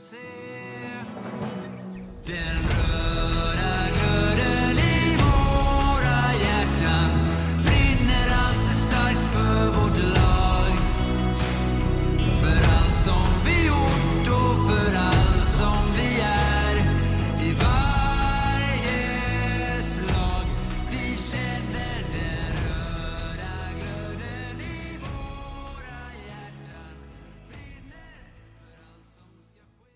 Den röda glöden i våra hjärtan brinner alltid starkt för vårt lag. För allt som vi gjort och för allt som vi är i varje slag. Vi känner den röda glöden i våra hjärtan brinner för allt som ska ske.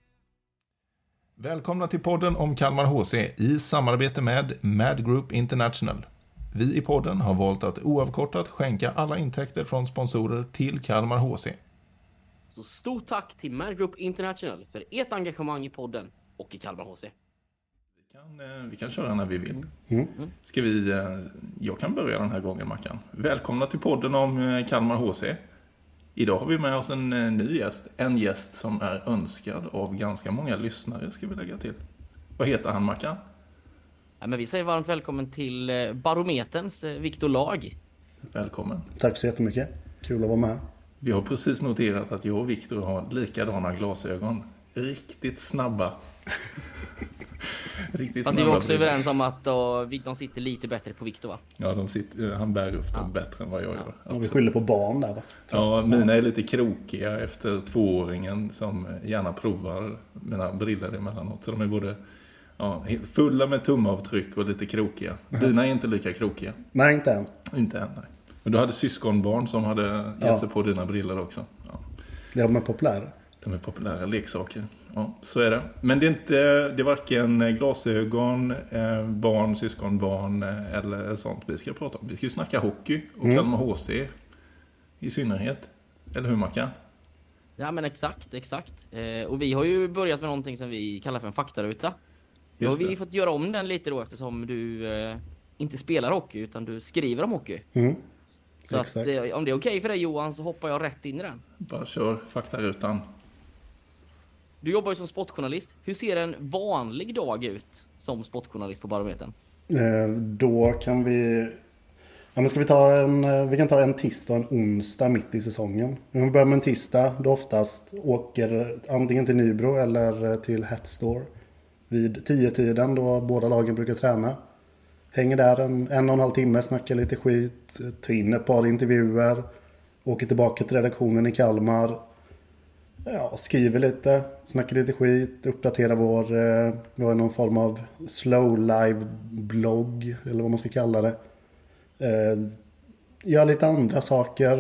Välkomna till podden om Kalmar HC i samarbete med Mad Group International. Vi i podden har valt att oavkortat skänka alla intäkter från sponsorer till Kalmar HC. Så stort tack till Mad Group International för ert engagemang i podden och i Kalmar HC. Vi kan köra när vi vill. Ska vi, jag kan börja den här gången, Mackan. Välkomna till podden om Kalmar HC. Idag har vi med oss en ny gäst. En gäst som är önskad av ganska många lyssnare, ska vi lägga till. Vad heter han, Mackan? Ja, men vi säger varmt välkommen till Barometerns Viktor Lag. Välkommen. Tack så jättemycket. Kul att vara med. Vi har precis noterat att jag och Viktor har likadana glasögon. Riktigt snabba. Fast vi var också överens om att de sitter lite bättre på Viktor, va? Ja, han bär upp dem bättre än vad jag gör. Ja, vi skyller på barn där, va? Ja, mina är lite krokiga efter 2-åringen som gärna provar mina briller emellanåt. Så de är både fulla med tumavtryck och lite krokiga. Dina är inte lika krokiga. Nej, inte än. Inte än, nej. Men du hade syskonbarn som hade gett sig på dina briller också. Ja. De är populära. De är populära leksaker. Ja, så är det. Men det är varken glasögon, barn, syskonbarn eller sånt vi ska prata om. Vi ska ju snacka hockey och Kalmar HC i synnerhet. Eller hur, Mackan? Ja, men exakt. Och vi har ju börjat med någonting som vi kallar för en faktaruta. Då har vi fått göra om den lite då eftersom du inte spelar hockey utan du skriver om hockey. Så att, om det är okej för dig, Johan, så hoppar jag rätt in i den. Bara kör faktarutan. Du jobbar ju som sportjournalist. Hur ser en vanlig dag ut som sportjournalist på Barometern? Då kan vi... Ja, men ska vi kan ta en tisdag och en onsdag mitt i säsongen. Om vi börjar med en tisdag, då oftast åker antingen till Nybro eller till Hatstore vid 10-tiden då båda lagen brukar träna. Hänger där en och en halv timme, snackar lite skit, tar in ett par intervjuer, åker tillbaka till redaktionen i Kalmar. Ja, skriver lite, snackar lite skit, uppdaterar vi har någon form av slow live blogg eller vad man ska kalla det. Gör lite andra saker.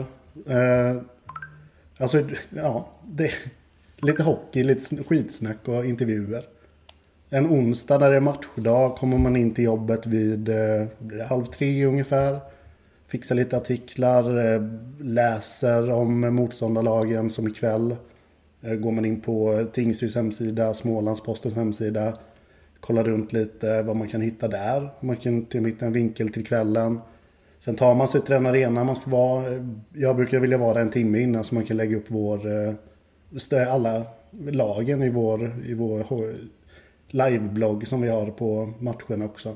Det är lite hockey, lite skitsnack och intervjuer. En onsdag där det är matchdag kommer man in till jobbet vid 2:30 ungefär. Fixar lite artiklar, läser om motståndarlagen som ikväll. Går man in på Tingsryds hemsida, Smålandspostens hemsida. Kollar runt lite vad man kan hitta där. Man kan till och med hitta en vinkel till kvällen. Sen tar man sig till den arena man ska vara. Jag brukar vilja vara där en timme innan så man kan lägga upp alla lagen i vår liveblogg som vi har på matcherna också.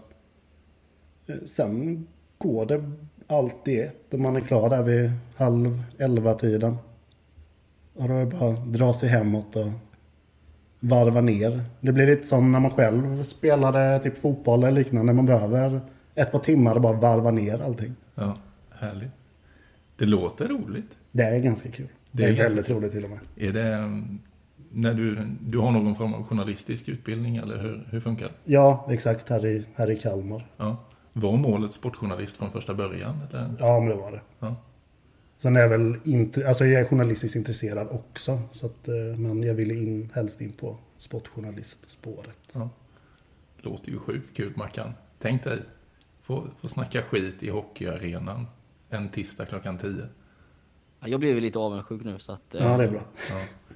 Sen går det alltid ett och man är klar där vid 10:30-tiden. Och då är det bara att dra sig hemåt och varva ner. Det blir lite som när man själv spelade typ fotboll eller liknande. Man behöver ett par timmar och bara varva ner allting. Ja, härligt. Det låter roligt. Det är ganska kul. Det är väldigt roligt till och med. Är det när du har någon form av journalistisk utbildning eller hur funkar det? Ja, exakt. Här i Kalmar. Ja. Var målet sportjournalist från första början? Eller? Ja, men det var det. Ja. Sen är jag väl inte... Alltså jag är journalistiskt intresserad också. Så att, men jag ville helst in på sportjournalistspåret. Ja. Låter ju sjukt kul, Mackan. Tänk dig, få snacka skit i hockeyarenan en tisdag 10:00. Ja, jag blev lite avundsjuk nu så att... Ja, det är bra. Ja.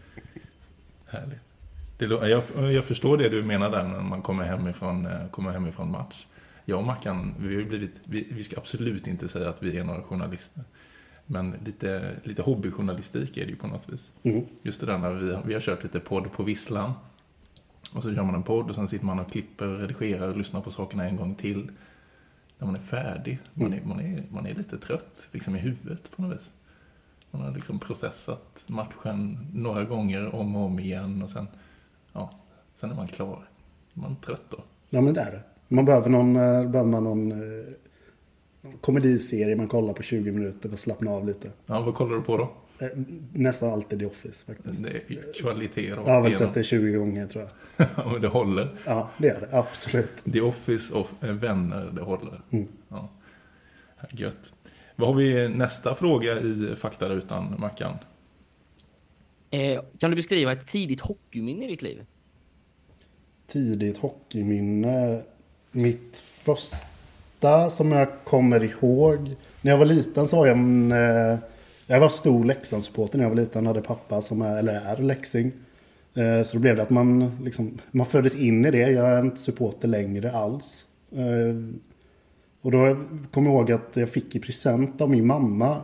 Härligt. Jag förstår det du menar där när man kommer hemifrån match. Jag och Mackan, vi ska absolut inte säga att vi är några journalister. Men lite hobbyjournalistik är det ju på något vis. Just det där när vi har kört lite podd på Visslan. Och så gör man en podd och sen sitter man och klipper, redigerar och lyssnar på sakerna en gång till. När man är färdig. Man är lite trött liksom i huvudet på något vis. Man har liksom processat matchen några gånger om och om igen och sen är man klar. Man är trött då. Ja, men det är det. Man behöver någon komediserie man kollar på 20 minuter för att slappna av lite. Ja, vad kollar du på då? Nästan alltid The Office faktiskt. Det är kvalitet rakt Jag har väl igenom. sett det 20 gånger tror jag. Och det håller. Ja, det är det. Absolut. The Office och Vänner, det håller. Ja. Gött. Vad har vi nästa fråga i faktarutan, Mackan? Kan du beskriva ett tidigt hockeyminne i ditt liv? Tidigt hockeyminne. Mitt första som jag kommer ihåg. När jag var liten så var jag var stor Leksandssupporter när jag var liten. Hade pappa som är leksing. Så då blev det att man föddes in i det. Jag är inte supporter längre alls. Och då kom jag ihåg att jag fick i present av min mamma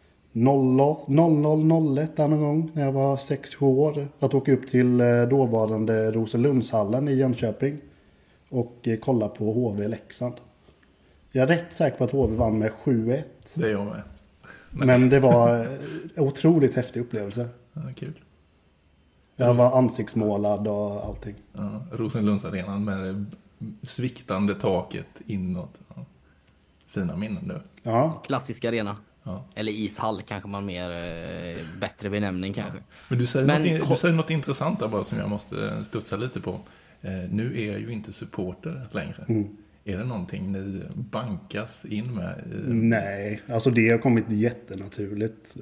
0001 någon gång när jag var 6-7 år. Att åka upp till dåvarande Rosenlundshallen i Jönköping. Och kolla på HV Leksand. Jag är rätt säker på att HV vann med 7-1. Det är jag med. Men det var en otroligt häftig upplevelse. Ja, kul. Jag var ansiktsmålad och allting. Ja, Rosenlundsarenan med det sviktande taket inåt. Ja. Fina minnen du. Ja. Klassisk arena. Ja. Eller ishall kanske man mer bättre benämning kanske. Men du säger något intressant där bara som jag måste studsa lite på. Nu är jag ju inte supporter längre. Är det någonting ni bankas in med? Nej, alltså det har kommit jättenaturligt.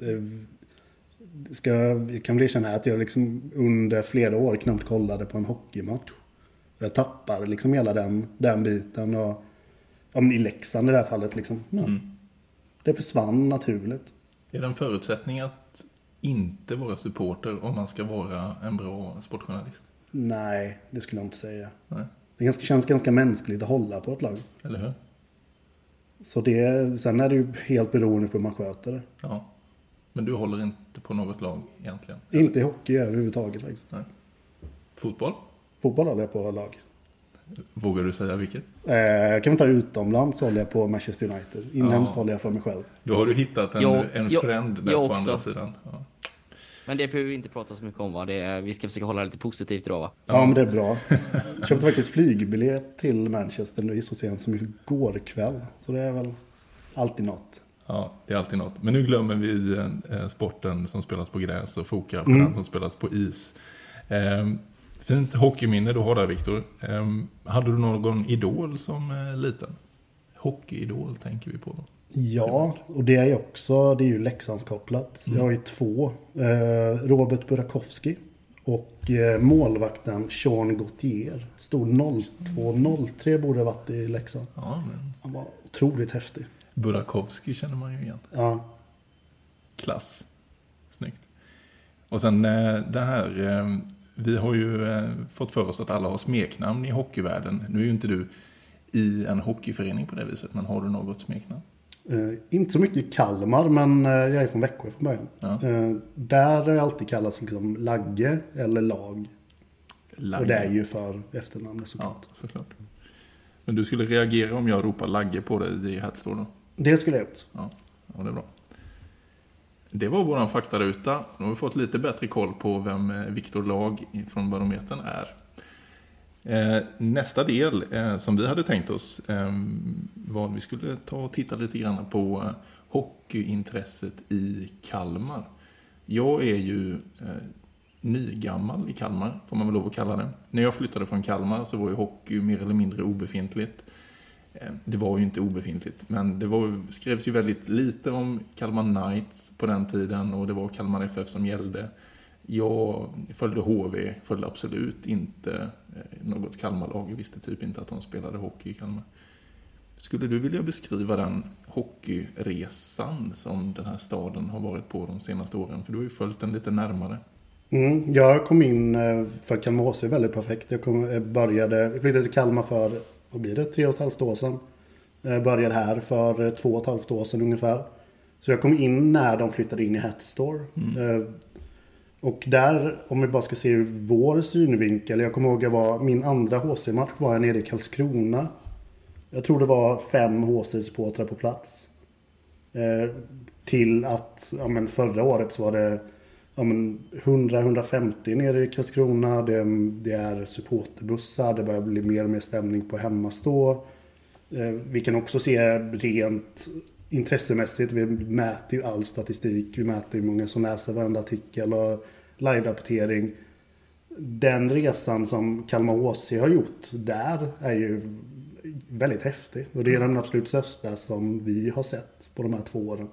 Jag kan bli känna att jag liksom under flera år knappt kollade på en hockeymatch. Jag tappar liksom hela den biten. Och, i Leksand i det här fallet liksom. Ja. Det försvann naturligt. Är det en förutsättning att inte vara supporter om man ska vara en bra sportjournalist? Nej, det skulle jag inte säga. Nej. Det känns ganska mänskligt att hålla på ett lag. Eller hur? Så sen är det ju helt beroende på hur man sköter det. Ja. Men du håller inte på något lag egentligen? Inte i hockey överhuvudtaget faktiskt. Nej. Fotboll? Fotboll håller jag på lag. Vågar du säga vilket? Kan vi ta utomlands håller jag på Manchester United. Inhemskt håller jag för mig själv. Då har du hittat en friend där på andra sidan. Ja. Men det behöver vi inte prata så mycket om, va? Vi ska försöka hålla det lite positivt idag, va? Ja, men det är bra. Jag köpte faktiskt flygbiljett till Manchester nu så sent som igår kväll. Så det är väl alltid något. Ja, det är alltid något. Men nu glömmer vi sporten som spelas på gräs och fokar på den som spelas på is. Fint hockeyminne du har där, Viktor. Hade du någon idol som liten? Hockeyidol tänker vi på då. Ja, och det är också, det är ju Leksandskopplat. Jag har ju 2. Robert Burakovsky och målvakten Sean Gauthier. Stod 02-03 borde ha varit i Leksand. Ja, men Han var otroligt häftig. Burakovsky känner man ju igen. Ja. Klass. Snyggt. Och sen det här, vi har ju fått för oss att alla har smeknamn i hockeyvärlden. Nu är ju inte du i en hockeyförening på det viset, men har du något smeknamn? Inte så mycket i Kalmar, men jag är från Växjö från början. Ja. Där har jag alltid kallats liksom Lagge eller Lag. Lagge. Och det är ju för efternamnet såklart. Ja, såklart. Men du skulle reagera om jag ropar Lagge på dig i Hertzstore då? Det skulle jag gjort. Ja, det är bra. Det var våran faktaruta. Nu har vi fått lite bättre koll på vem Viktor Lag från Barometern är. Nästa del som vi hade tänkt oss var att vi skulle ta och titta lite grann på hockeyintresset i Kalmar. Jag är ju nygammal i Kalmar, får man väl lov att kalla det. När jag flyttade från Kalmar så var ju hockey mer eller mindre obefintligt. Det var ju inte obefintligt, men det skrevs ju väldigt lite om Kalmar Knights på den tiden och det var Kalmar FF som gällde. Jag följde HV, följde absolut inte något Kalmarlag. Jag visste typ inte att de spelade hockey i Kalmar. Skulle du vilja beskriva den hockeyresan som den här staden har varit på de senaste åren? För du har ju följt den lite närmare. Jag kom in för Kalmar HC väldigt perfekt. Jag flyttade till Kalmar för, 3,5 år sedan. Började här för 2,5 år sedan ungefär. Så jag kom in när de flyttade in i Hertzstore. Och där, om vi bara ska se ur vår synvinkel. Jag kommer ihåg min andra HC-match var jag nere i Karlskrona. Jag tror det var 5 HC-supportrar på plats. Till att förra året så var det 100-150 nere i Karlskrona. Det är supporterbussar. Det börjar bli mer och mer stämning på hemmastå. Vi kan också se rent intressemässigt. Vi mäter ju all statistik. Vi mäter hur många som läser varenda artikel och live-rapportering. Den resan som Kalmar HC har gjort där är ju väldigt häftig. Och det är den absolut största som vi har sett på de här 2 åren.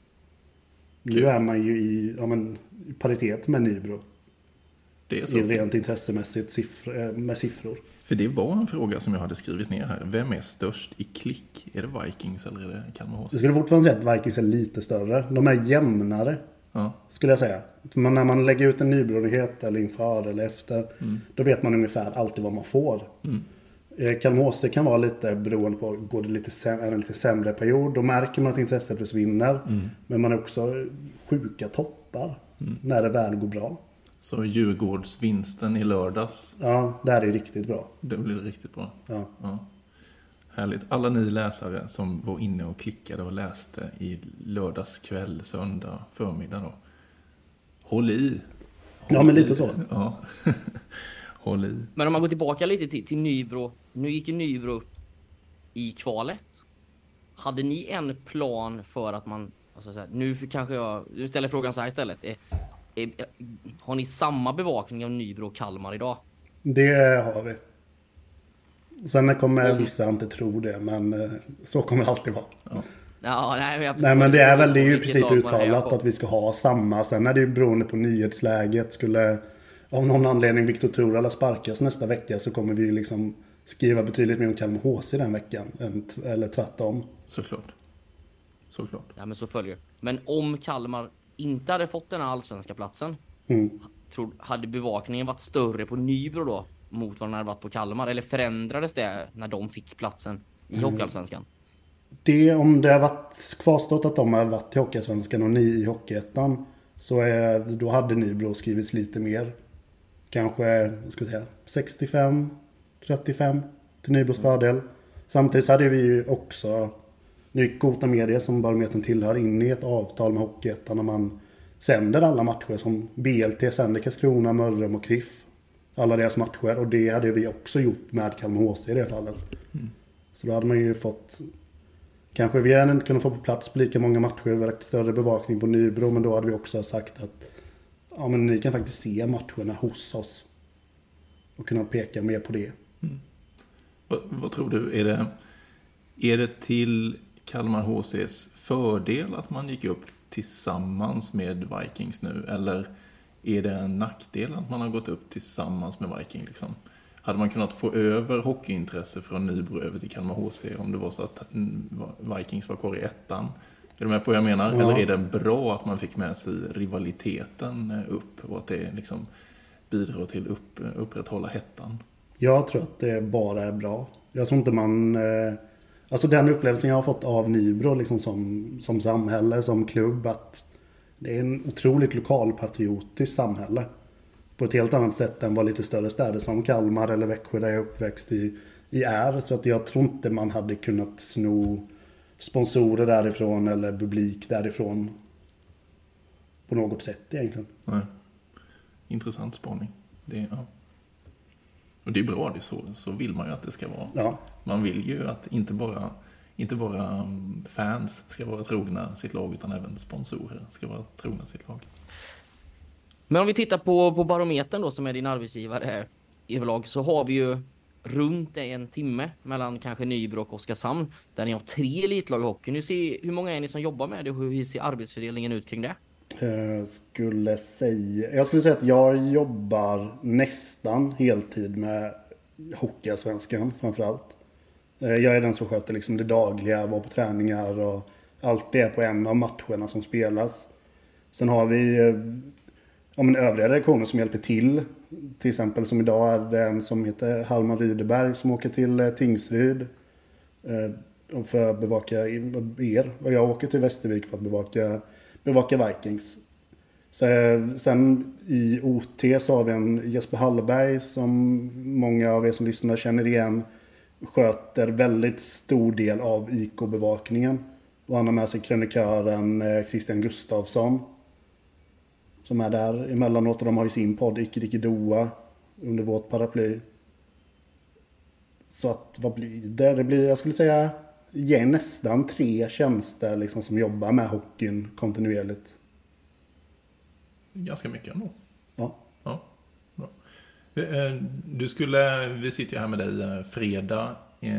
Nu är man ju i paritet med Nybro. Det är så. I rent intressemässigt med siffror. För det var en fråga som jag hade skrivit ner här. Vem är störst i klick? Är det Vikings eller är det Kalmar HC? Jag skulle fortfarande säga att Vikings är lite större. De är jämnare. Ja. Skulle jag säga. För när man lägger ut en Nybro-nyhet eller inför eller efter. Då vet man ungefär alltid vad man får. Kalmar HC kan vara lite beroende på. Går det lite sämre period. Då märker man att intresset försvinner. Men man är också sjuka toppar. När det väl går bra. Så Djurgårdsvinsten i lördags. Ja, det här är riktigt bra. Det blir riktigt bra. Ja. Härligt. Alla ni läsare som var inne och klickade och läste i lördagskväll, söndag, förmiddag då. Håll i. Ja, men lite så. Ja. Håll i. Men om man går tillbaka lite till Nybro. Nu gick ju Nybro i kvalet. Hade ni en plan för att man... Alltså så här, nu kanske jag ställer frågan så här istället. Har ni samma bevakning av Nybro och Kalmar idag? Det har vi. Sen kommer vissa inte tro det, men så kommer det alltid vara. Ja. Ja, Nej, men det är ju i princip uttalat att vi ska ha samma. Sen är det ju beroende på nyhetsläget. Skulle av någon anledning Viktor Torala sparkas nästa vecka så kommer vi ju liksom skriva betydligt mer om Kalmar HC den veckan. Eller tvärtom. Såklart. Ja, men så följer. Men om Kalmar inte hade fått den här allsvenska platsen, hade bevakningen varit större på Nybro då mot vad den hade varit på Kalmar? Eller förändrades det när de fick platsen i Hockeyallsvenskan? Om det har varit kvarstått att de har varit i Hockeyallsvenskan och ni i Hockeyettan, så då hade Nybro skrivits lite mer. Kanske, 65-35 till Nybros fördel. Samtidigt så hade vi ju också, nu gick Gota Media som Barometern tillhör in i ett avtal med Hockeyettan när man sänder alla matcher som BLT sänder Karlskrona, Mörrum och Kriff. Alla deras matcher, och det hade vi också gjort med Kalmar HC i det fallet. Så då hade man ju fått, kanske vi hade inte kunnat få på plats på lika många matcher, vi hade större bevakning på Nybro, men då hade vi också sagt att ja, men ni kan faktiskt se matcherna hos oss och kunna peka mer på det. Vad tror du? Är det till Kalmar HCs fördel att man gick upp tillsammans med Vikings nu? Eller är det en nackdel att man har gått upp tillsammans med Viking? Liksom? Hade man kunnat få över hockeyintresse från Nybro över till Kalmar HC om det var så att Vikings var kvar i ettan? Är du med på vad jag menar? Ja. Eller är det bra att man fick med sig rivaliteten upp och att det liksom bidrar till att upprätthålla hettan? Jag tror att det bara är bra. Jag tror inte man... Alltså den upplevelsen jag har fått av Nybro liksom som samhälle, som klubb, att det är en otroligt lokalpatriotisk samhälle. På ett helt annat sätt än vad lite större städer som Kalmar eller Växjö där jag är uppväxt i är. Så att jag tror inte man hade kunnat sno sponsorer därifrån eller publik därifrån på något sätt egentligen. Nej. Intressant spaning. Ja. Och det är bra, det är så vill man ju att det ska vara. Ja. Man vill ju att inte bara fans ska vara trogna sitt lag, utan även sponsorer ska vara trogna sitt lag. Men om vi tittar på Barometern då, som är din arbetsgivare här överlag, så har vi ju runt en timme mellan kanske Nybro och Oskarshamn där ni har 3 elitlag i hockey. Hur många är ni som jobbar med det och hur ser arbetsfördelningen ut kring det? Jag skulle säga att jag jobbar nästan heltid med Hockeyallsvenskan framförallt. Jag är den som sköter liksom det dagliga, var på träningar och allt det på en av matcherna som spelas. Sen har vi övriga redaktioner som hjälper till. Till exempel som idag är det en som heter Halman Rydeberg som åker till Tingsryd för att bevaka er. Och jag åker till Västervik för att bevaka Vikings. Sen i OT så har vi en Jesper Hallberg som många av er som lyssnar känner igen. Sköter väldigt stor del av IK-bevakningen. Och han har med sig krönikören Christian Gustafsson. Som är där emellanåt. Och de har ju sin podd Icke Dicke Doa under vårt paraply. Så att vad blir det? Det blir, jag skulle säga, nästan 3 tjänster liksom, som jobbar med hockeyn kontinuerligt. Ganska mycket ändå. Ja. Ja, bra. Vi sitter ju här med dig fredag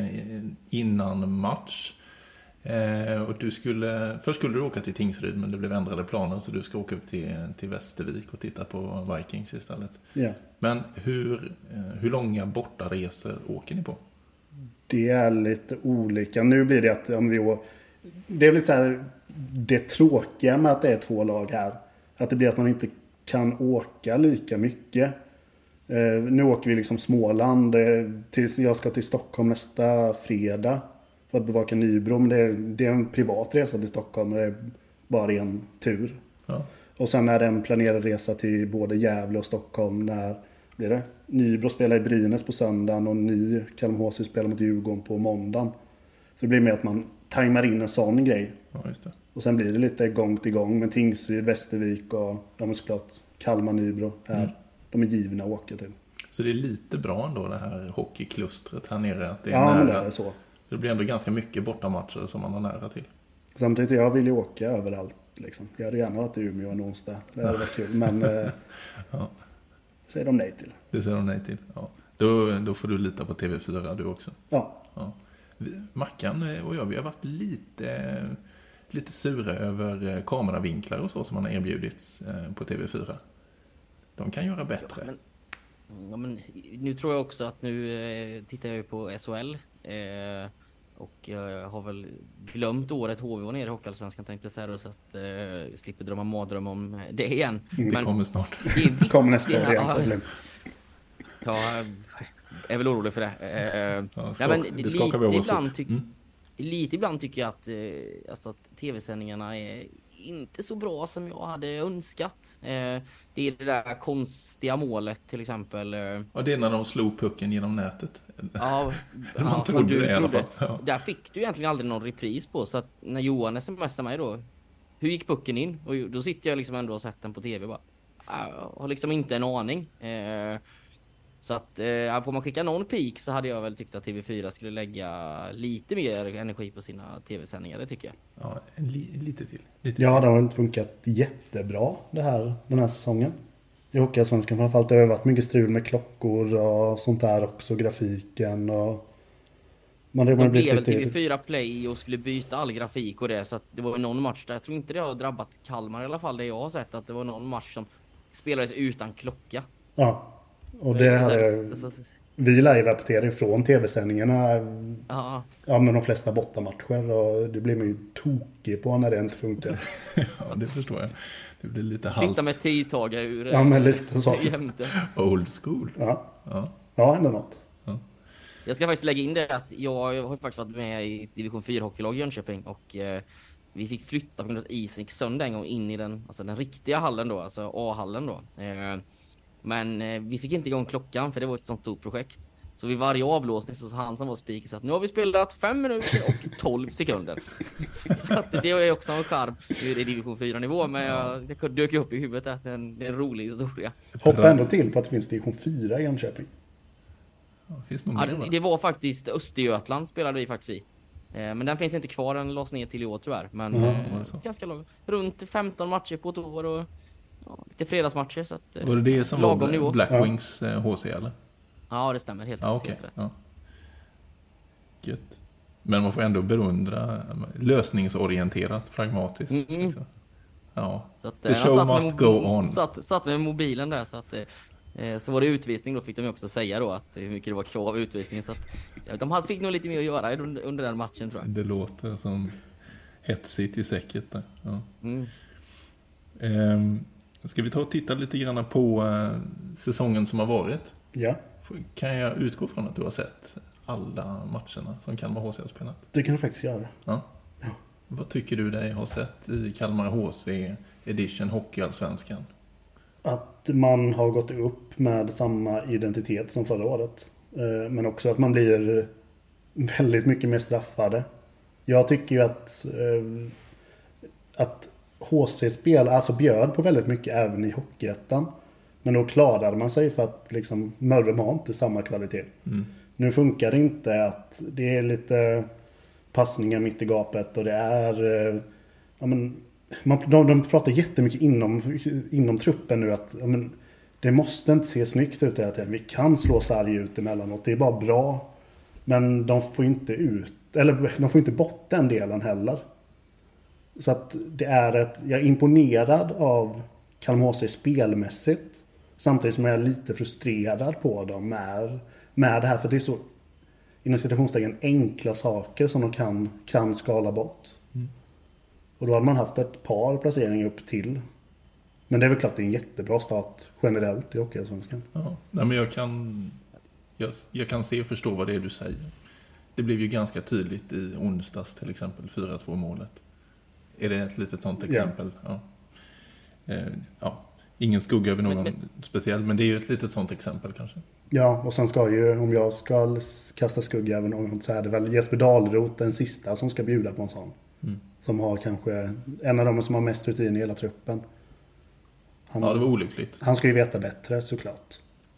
innan match. Och först skulle du åka till Tingsryd, men det blev ändrade planer, så du ska åka upp till Västervik och titta på Vikings istället. Ja. Men hur långa bortaresor åker ni på? Det är lite olika. Nu blir det att det är lite så här, det tråkiga med att det är 2 lag här. Att det blir att man inte kan åka lika mycket. Nu åker vi liksom Småland. Jag ska till Stockholm nästa fredag för att bevaka Nybro. Men det är en privat resa till Stockholm. Det är bara en tur. Ja. Och sen är det en planerad resa till både Gävle och Stockholm. När blir det? Nybro spelar i Brynäs på söndagen och Kalmar HC spelar mot Djurgården på måndagen. Så det blir mer att man tajmar in en sån grej. Ja, just det. Och sen blir det lite gång till gång med Tingsryd, Västervik och såklart Kalmar, Nybro här. De är givna att åka till. Så det är lite bra ändå det här hockeyklustret här nere. Att det är Ja, nära. men det är så. Det blir ändå ganska mycket bortamatcher som man har nära till. Samtidigt, jag vill ju åka överallt. Liksom. Jag hade gärna varit i Umeå en onsdag. Det hade varit kul. Men Ja. säger de nej till. Det säger de nej till. Ja. Då får du lita på TV4 du också. Ja. Ja. Mackan och jag, vi har varit lite sura över kameravinklar och så som man har erbjudits på TV4. De kan göra bättre. Ja, men nu tror jag också att nu tittar jag ju på SHL och jag har väl glömt året HV var nere i Hockeyallsvenskan, tänkte säga, så att jag slipper drömma mardröm om det igen. Det kommer snart. Det kommer nästa år igen. Så blir. Ja, jag är väl orolig för det. Det skakar vi av oss fort. Lite ibland tycker jag att tv-sändningarna är inte så bra som jag hade önskat. Det är det där konstiga målet till exempel. Ja, det är när de slog pucken genom nätet. Ja, man trodde det i alla fall. Ja. Där fick du egentligen aldrig någon repris på, så att när Johan smsade mig då, hur gick pucken in? Och då sitter jag liksom ändå och sett den på tv bara. Jag har liksom inte en aning. Så att får man skicka någon pik så hade jag väl tyckt att TV4 skulle lägga lite mer energi på sina tv-sändningar, det tycker jag. Ja, lite till. Det har inte funkat jättebra den här säsongen. I Hockeyallsvenskan framförallt. Det har varit mycket strul med klockor och sånt där också, grafiken och... Det blev väl TV4 Play och skulle byta all grafik och det, så att det var någon match där, jag tror inte det har drabbat Kalmar i alla fall, det jag har sett, att det var någon match som spelades utan klocka. Ja. Och det hade vi live-rapporterade ifrån tv-sändningarna med de flesta bortamatcher, och det blir man ju tokig på när det inte funkar. Ja, det förstår jag. Det blir lite halt. Sitta med tidtagar ur men lite så. jämte. Old school. Ja, ändå något. Ja. Jag ska faktiskt lägga in det att jag har faktiskt varit med i division 4 hockeylag i Jönköping, och vi fick flytta på grund av att isen gick sönder en gång in i den riktiga hallen då, alltså A-hallen då. Men vi fick inte igång klockan, för det var ett sånt stort projekt. Så vid varje avblåsning så sa han som var speaker så att nu har vi spelat 5 minuter och 12 sekunder. Så att det är också en charm. Nu är det division 4-nivå, men jag dök upp i huvudet att det är en rolig historia. Hoppa ändå till på att det finns division 4 i Jönköping. Finns nog det var faktiskt Östergötland spelade vi faktiskt i. Men den finns inte kvar, den lades ner till i år tyvärr. Men ganska långt. Runt 15 matcher på ett år och lite fredagsmatcher. Så att, var det som var Blackwings HC eller? Ja, det stämmer helt, okay. helt rätt. Ja. Gött. Men man får ändå beundra lösningsorienterat, pragmatiskt. Liksom. Ja. Så att, the show must go on. Satt med mobilen där, så att så var det utvisning, då fick de också säga då att hur mycket det var kvar av utvisningen, så att de fick nog lite mer att göra under den matchen, tror jag. Det låter som hetsigt i säcket där. Ja. Ska vi ta och titta lite grann på säsongen som har varit? Ja. Kan jag utgå från att du har sett alla matcherna som Kalmar HC har spelat? Det kan du faktiskt göra. Ja. Vad tycker du dig har sett i Kalmar HC Edition Hockeyallsvenskan? Att man har gått upp med samma identitet som förra året. Men också att man blir väldigt mycket mer straffade Jag tycker ju att HC-spel alltså bjöd på väldigt mycket även i Hockeyettan. Men då klarade man sig för att liksom Mörrum har inte samma kvalitet. Nu funkar det inte att det är lite passningar mitt i gapet och det är de pratar jättemycket inom truppen nu att det måste inte se snyggt ut hela tiden. Vi kan slå sarg ut emellanåt. Det är bara bra. Men de får inte bort den delen heller. Så att det är jag är imponerad av Kalmar HC spelmässigt. Samtidigt som jag är lite frustrerad på dem med det här. För det är så inom citationstecken enkla saker som de kan skala bort. Och då hade man haft ett par placeringar upp till. Men det är väl klart att det är en jättebra start generellt i Hockeyallsvenskan. Ja, nej, men jag kan se och förstå vad det är du säger. Det blev ju ganska tydligt i onsdags till exempel, 4-2 målet. Är det ett litet sånt exempel? Ja. Ingen skugga över någon speciell, men det är ju ett litet sånt exempel kanske. Ja, och sen ska ju, om jag ska kasta skugga över någon så är det väl Jesper Dahlroth, den sista som ska bjuda på en sån. Som har kanske en av dem som har mest rutin i hela truppen. Det var olyckligt. Han ska ju veta bättre såklart.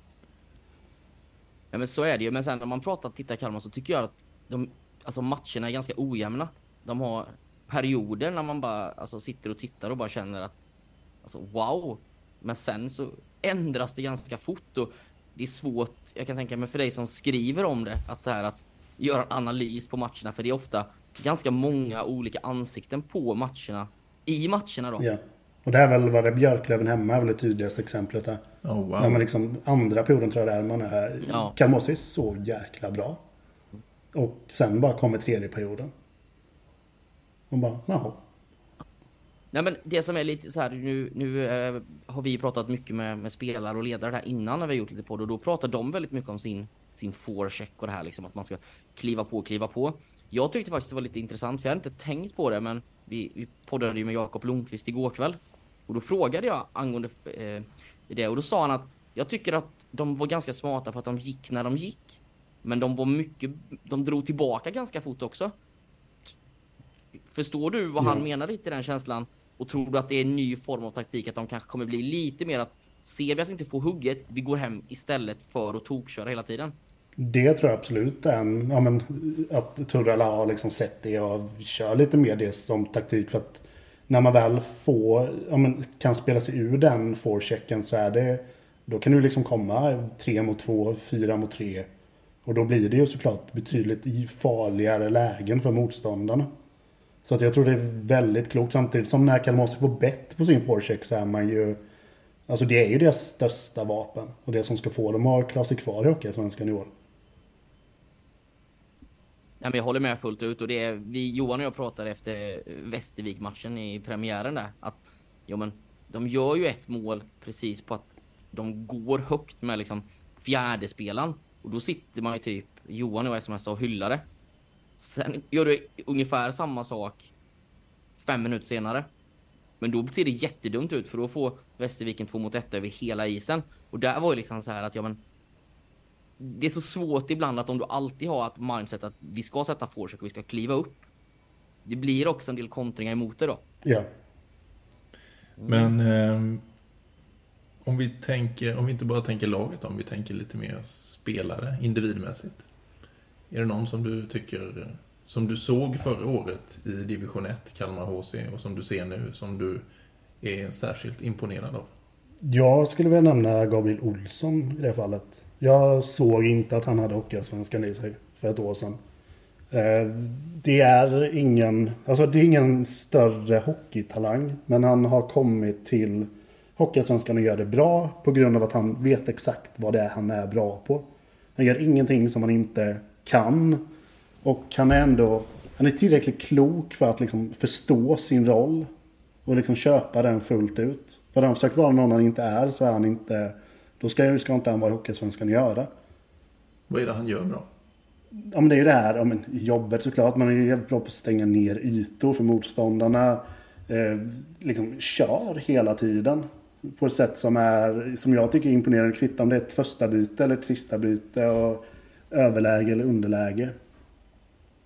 Ja, men så är det ju. Men sen när man pratar titta Kalmar så tycker jag att matcherna är ganska ojämna. De har perioder när man bara sitter och tittar och bara känner att wow. Men sen så ändras det ganska fort och det är svårt, jag kan tänka mig för dig som skriver om det, att göra en analys på matcherna, för det är ofta ganska många olika ansikten på matcherna, i matcherna då. Ja, och det är väl vad det Björklöven hemma är väl det tydligaste exemplet där. Oh, wow. När man liksom andra perioden tror jag där man är, Kalmar är så jäkla bra. Och sen bara kommer tredje perioden. Och bara, jaha. Nej, men det som är lite så här, nu har vi pratat mycket med spelare och ledare där innan när vi har gjort lite podd, och då pratar de väldigt mycket om sin forecheck och det här liksom, att man ska kliva på. Jag tyckte faktiskt det var lite intressant, för jag hade inte tänkt på det, men vi poddade ju med Jakob Lundqvist igår kväll, och då frågade jag angående det, och då sa han att jag tycker att de var ganska smarta för att de gick när de gick, men de drog tillbaka ganska fort också. Förstår du vad han menar lite i den känslan? Och tror du att det är en ny form av taktik, att de kanske kommer bli lite mer att ser vi att vi inte får hugget, vi går hem istället för att tokköra hela tiden? Det tror jag absolut är att Turrala har liksom sett det och kör lite mer det som taktik, för att när man väl kan spela sig ur den forechecken så är det, då kan du liksom komma 3 mot 2, 4 mot 3, och då blir det ju såklart betydligt farligare lägen för motståndarna. Så att jag tror det är väldigt klokt, samtidigt som när Kalmar får bett på sin forecheck så är man ju, det är ju deras största vapen och det som ska få dem att klara sig kvar i Hockeyallsvenskan i år. Ja, men jag håller med fullt ut, och det är Johan och jag pratade efter Västervik-matchen i premiären där, att de gör ju ett mål precis på att de går högt med liksom fjärde spelaren, och då sitter man ju typ Johan och jag och hyllar det. Sen gör du ungefär samma sak 5 minuter senare. Men då ser det jättedumt ut, för då får Västerviken 2 mot 1 över hela isen. Och där var ju liksom så här att det är så svårt ibland att om du alltid har ett mindset att vi ska sätta forecheck och vi ska kliva upp, det blir också en del kontringar emot det då. Ja. Men om vi inte bara tänker laget, om vi tänker lite mer spelare individmässigt. Är det någon som du tycker, som du såg förra året i division 1 Kalmar HC och som du ser nu, som du är särskilt imponerad av? Jag skulle vilja nämna Gabriel Olsson i det fallet. Jag såg inte att han hade Hockeyallsvenskan i sig för ett år sedan. Det är ingen större hockeytalang, men han har kommit till Hockeyallsvenskan och gör det bra på grund av att han vet exakt vad det är han är bra på. Han gör ingenting som han inte kan, och han är tillräckligt klok för att liksom förstå sin roll och liksom köpa den fullt ut. För han försöker vara någon han inte är, så är han inte, då ska inte han vara i Hockeyallsvenskan göra. Vad är det han gör bra? Ja, men det är ju det här, jobbet såklart. Man är ju jävligt bra på att stänga ner ytor för motståndarna. Liksom kör hela tiden på ett sätt som jag tycker är imponerande. Kvitt om det är ett första byte eller ett sista byte och överläge eller underläge.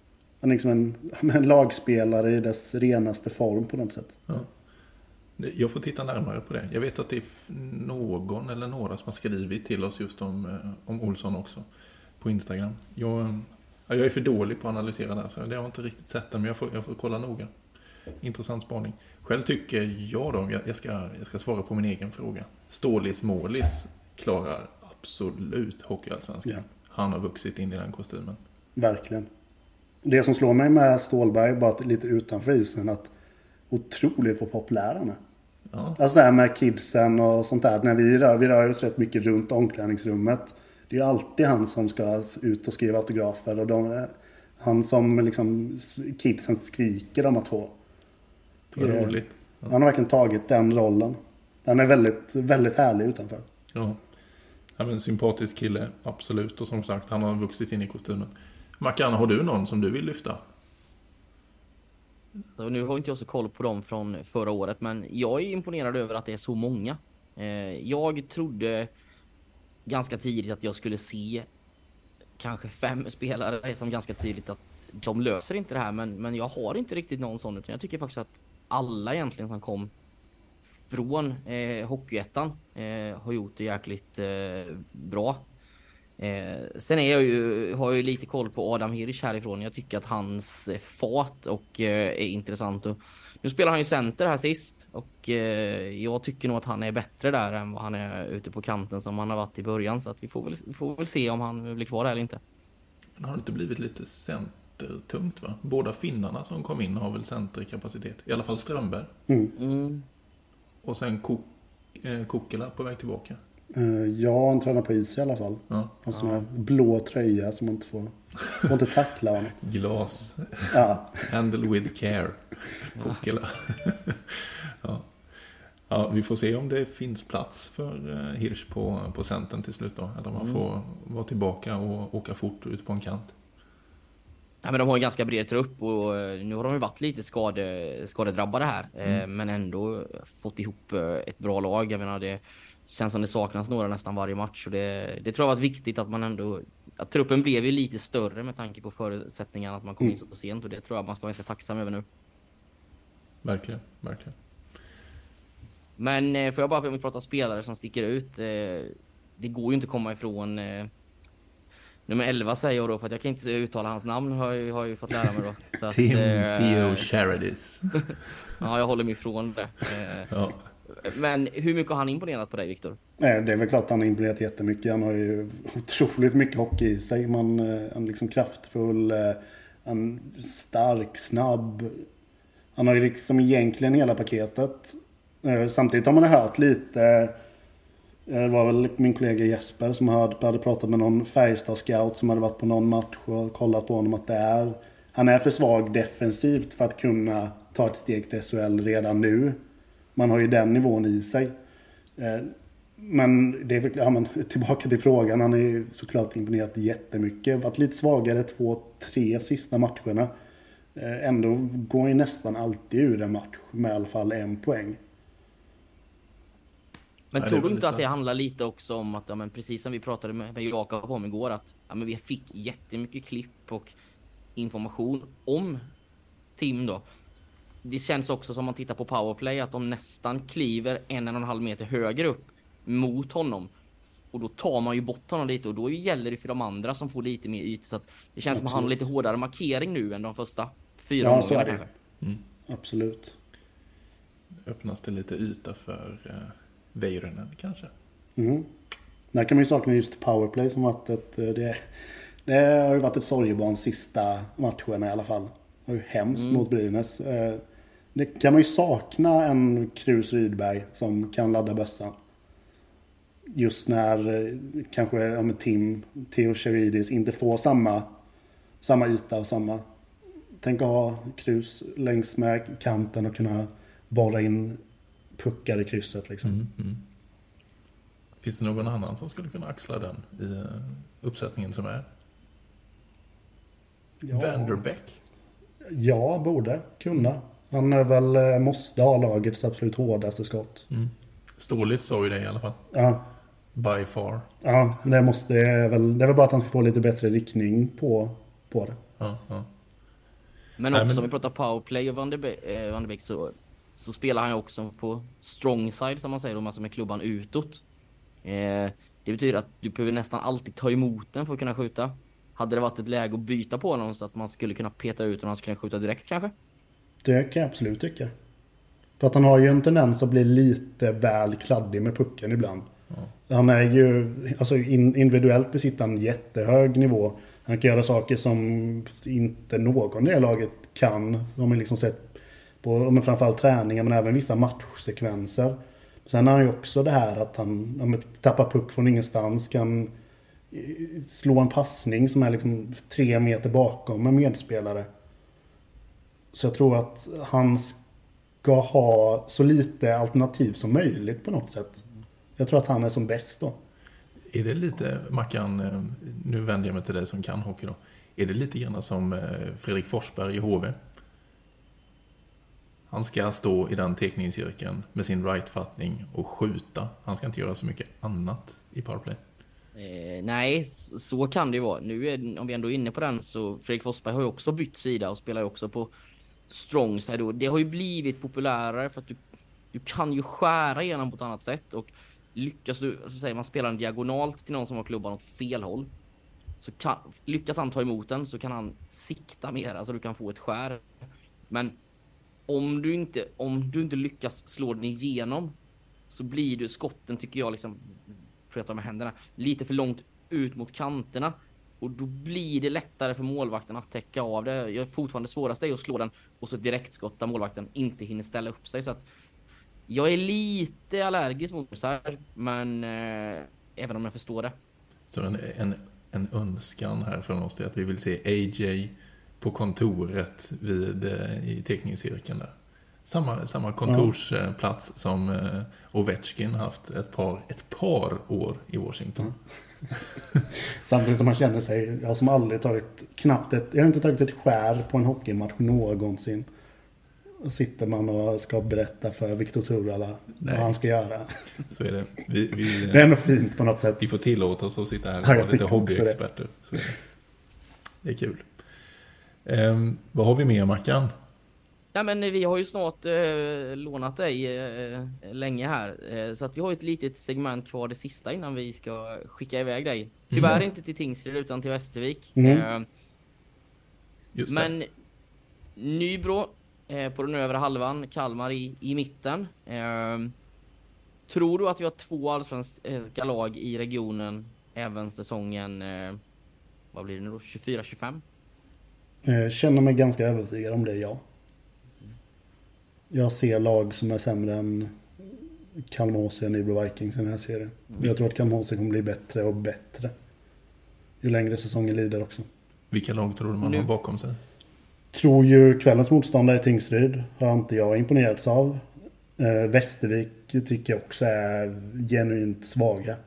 Han är liksom en lagspelare i dess renaste form på något sätt. Ja. Jag får titta närmare på det. Jag vet att det är någon eller några som har skrivit till oss just om Olsson också på Instagram. Jag är för dålig på att analysera det, så jag har inte riktigt sett det, men jag får kolla noga. Intressant spaning. Själv tycker jag då, jag ska svara på min egen fråga. Stålis Målis klarar absolut Hockeyallsvenskan. Ja. Han har vuxit in i den kostymen. Verkligen. Det som slår mig med Stålberg, bara lite utanför isen, att otroligt vad populär han är. Ja. Alltså här med kidsen och sånt där. När vi rör oss rätt mycket runt omklädningsrummet. Det är ju alltid han som ska ut och skriva autografer. Och han som liksom kidsen skriker de här två. Det är roligt. Ja. Han har verkligen tagit den rollen. Den är väldigt, väldigt härlig utanför. Ja. Han är en sympatisk kille, absolut. Och som sagt, han har vuxit in i kostymen. Mackan, har du någon som du vill lyfta? Så nu har inte jag så koll på dem från förra året, men jag är imponerad över att det är så många. Jag trodde ganska tidigt att jag skulle se kanske 5 spelare som ganska tydligt att de löser inte det här, men jag har inte riktigt någon sån, utan jag tycker faktiskt att alla egentligen som kom från Hockeyettan har gjort det jäkligt bra. Sen har jag ju lite koll på Adam Hirsch härifrån. Jag tycker att hans fart och är intressant. Och nu spelar han ju center här sist, och jag tycker nog att han är bättre där än vad han är ute på kanten som han har varit i början. Så att vi får väl se om han blir kvar där eller inte. Det har inte blivit lite centertungt, va? Båda finnarna som kom in har väl centerkapacitet. I alla fall Strömberg. Och sen Kokela på väg tillbaka. Ja, han tränar på is i alla fall. Ja. En sån här blå tröja som man inte får inte tackla honom. Glas. Ja. Handle with care. Kokela. Ja, vi får se om det finns plats för Hirsch på centern till slut då. Eller om man får vara tillbaka och åka fort ut på en kant. Ja, men de har en ganska bred trupp, och nu har de ju varit lite skadedrabbade här. Men ändå fått ihop ett bra lag. Jag menar, det känns som det saknas några nästan varje match. Och det tror jag var viktigt att man ändå... Att truppen blev ju lite större med tanke på förutsättningarna att man kom in så sent. Och det tror jag man ska vara ganska tacksam över nu. Verkligen, verkligen. Men får jag bara prata spelare som sticker ut. Det går ju inte att komma ifrån... Nummer 11 säger jag då, för att jag kan inte uttala hans namn, har jag ju fått lära mig då. Så Tim Theo Charadis. Ja, jag håller mig ifrån det. Ja. Men hur mycket har han imponerat på dig, Viktor? Det är väl klart att han har imponerat jättemycket. Han har ju otroligt mycket hockey i sig. Han är liksom kraftfull, han stark, snabb. Han har ju liksom egentligen hela paketet. Samtidigt har man hört lite... Det var väl min kollega Jesper som hade pratat med någon Färjestad-scout som hade varit på någon match och kollat på honom att han är för svag defensivt för att kunna ta ett steg till SHL redan nu. Man har ju den nivån i sig. Men det är men tillbaka till frågan. Han är ju såklart imponerat jättemycket. Varit lite svagare 2-3 sista matcherna. Ändå går ju nästan alltid ur en match med i alla fall 1 poäng. Men tror du inte att det handlar lite också om att, men precis som vi pratade med Jakob om igår, att men vi fick jättemycket klipp och information om Tim då. Det känns också som man tittar på powerplay att de nästan kliver 1,5 meter högre upp mot honom. Och då tar man ju bort honom lite, och då gäller det för de andra som får lite mer yta. Så att det känns som att han har lite hårdare markering nu än de första 4 omgångarna kanske. Absolut. Öppnas det lite yta för Väyrynen kanske. Där kan man ju sakna just powerplay som varit det har ju varit ett sorgebarn sista matcherna i alla fall. Det var ju hemskt mot Brynäs. Det kan man ju sakna en Krus Rydberg som kan ladda bössan. Just när kanske Theo Charadis inte får samma yta och samma... Tänk att ha Krus längs med kanten och kunna borra in puckar i krysset liksom. Finns det någon annan som skulle kunna axla den i uppsättningen som är? Ja. Vanderbeck? Ja, borde kunna. Han är väl måste ha lagets absolut hårdaste skott. Stålis sa ju det i alla fall. Ja. By far. Ja, det är väl bara att han ska få lite bättre riktning på det. Ja. Men Nej, också men- om vi pratar powerplay och Van de Beek så spelar han ju också på strong side som man säger, alltså med klubban utåt. Det betyder att du behöver nästan alltid ta emot den för att kunna skjuta. Hade det varit ett läge att byta på honom så att man skulle kunna peta ut och han skulle kunna skjuta direkt kanske? Det kan jag absolut tycka. För att han har ju en tendens att bli lite väl kladdig med pucken ibland. Ja. Han är ju, alltså individuellt besitter han jättehög nivå. Han kan göra saker som inte någon i det laget kan. De har liksom sett på, men framförallt träningar men även vissa matchsekvenser. Sen har han ju också det här att han tappar puck från ingenstans, kan slå en passning som är liksom 3 meter bakom en medspelare. Så jag tror att han ska ha så lite alternativ som möjligt på något sätt. Jag tror att han är som bäst då. Är det lite, Mackan, nu vänder jag mig till dig som kan hockey då. Är det lite grann som Fredrik Forsberg i HV? Han ska stå i den teckningscirkeln med sin right-fattning och skjuta. Han ska inte göra så mycket annat i powerplay. Nej, så kan det ju vara. Nu om vi ändå är inne på den så Fredrik Forsberg har ju också bytt sida och spelar ju också på strong side. Och det har ju blivit populärare för att du kan ju skära igenom på ett annat sätt och lyckas du, så säger man spelar en diagonalt till någon som har klubban åt fel håll. Så lyckas han ta emot den så kan han sikta mer, alltså du kan få ett skär. Men om du inte lyckas slå den igenom så blir du skotten, tycker jag, liksom prata med händerna lite för långt ut mot kanterna och då blir det lättare för målvakten att täcka av det. Jag är fortfarande svårast är att slå den och så direktskott där målvakten inte hinner ställa upp sig, så att jag är lite allergisk mot det här, men även om jag förstår det. Så en önskan här från oss är att vi vill se AJ på kontoret i teckningscirkeln där. Samma kontorsplats som Ovechkin haft ett par år i Washington. Samtidigt som man känner sig, jag som aldrig jag har inte tagit ett skär på en hockeymatch någonsin. Och sitter man och ska berätta för Viktor Turala vad han ska göra. Så är det. Det är ändå fint på något sätt. Vi får tillåta oss att sitta här och Ja, vara lite hobbyexperter. Så det är kul. Vad har vi med, Mackan? Nej, men vi har ju snart lånat dig länge här. Så att vi har ett litet segment kvar, det sista innan vi ska skicka iväg dig. Tyvärr inte till Tingsryd utan till Västervik. Just men det. Nybro på den övre halvan, Kalmar i mitten. Tror du att vi har 2 allsvenska lag i regionen även säsongen, vad blir det nu då, 24-25? Känner mig ganska övertygad om det, ja. Jag ser lag som är sämre än Kalmar HC och Nybro Vikings i den här serien. Jag tror att Kalmar HC kommer bli bättre och bättre ju längre säsongen lider också. Vilka lag tror du man har bakom sig? Tror ju kvällens motståndare i Tingsryd har inte jag imponerats av. Västervik tycker jag också är genuint svaga.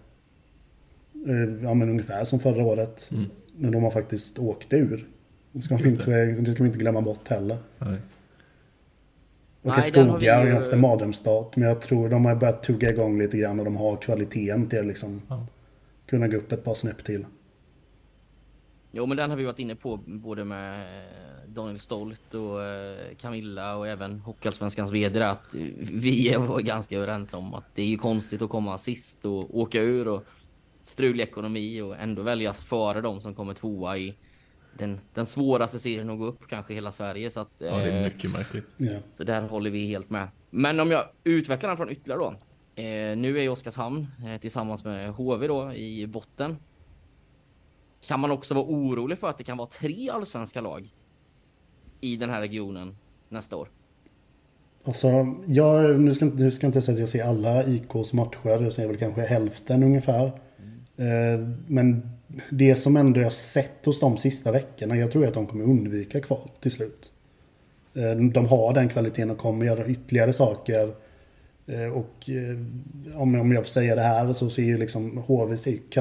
Ja, men ungefär som förra året. När de har faktiskt åkt ur. Det ska vi inte glömma bort heller. Nej. Och Karlskoga har ju haft en mardrömsstart. Men jag tror de har börjat tugga igång lite grann och de har kvaliteten till att liksom kunna gå upp ett par snäpp till. Jo, men den har vi varit inne på både med Daniel Stolt och Camilla och även Hockeyallsvenskans vd, att vi var ganska överens om att det är ju konstigt att komma sist och åka ur och strulig ekonomi och ändå väljas före de som kommer tvåa i den svåraste serien att gå upp kanske i hela Sverige. Så att, Ja, det är mycket märkligt. Så där håller vi helt med. Men om jag utvecklar den från ytterligare då. Nu är ju Oskarshamn tillsammans med HV då i botten. Kan man också vara orolig för att det kan vara 3 allsvenska lag i den här regionen nästa år? Alltså, nu ska inte jag säga att jag ser alla IKs matcher. Jag ser väl kanske hälften ungefär. Men det som ändå jag har sett hos de sista veckorna, jag tror att de kommer undvika kval till slut. De har den kvaliteten och kommer göra ytterligare saker. Och om jag får säga det här så ser ju liksom HV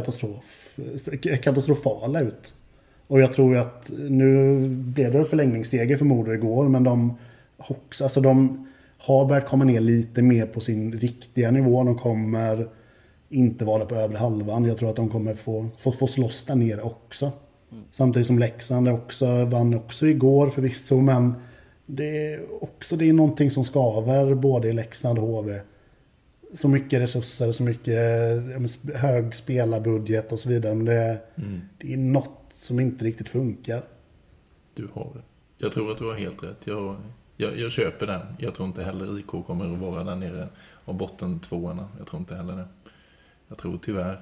katastrofala ut. Och jag tror att nu blev det förlängningssteg för Modo igår, men de har börjat komma ner lite mer på sin riktiga nivå. De kommer inte vara på övre halvan. Jag tror att de kommer få slåss där nere också. Samtidigt som Leksand vann också igår förvisso, men det är någonting som skaver både i Leksand och HV. Så mycket resurser, så mycket hög spelarbudget och så vidare, men det är något som inte riktigt funkar. Du har det. Jag tror att du har helt rätt. Jag köper den. Jag tror inte heller IK kommer att vara där nere och botten tvåorna. Jag tror inte heller det. Jag tror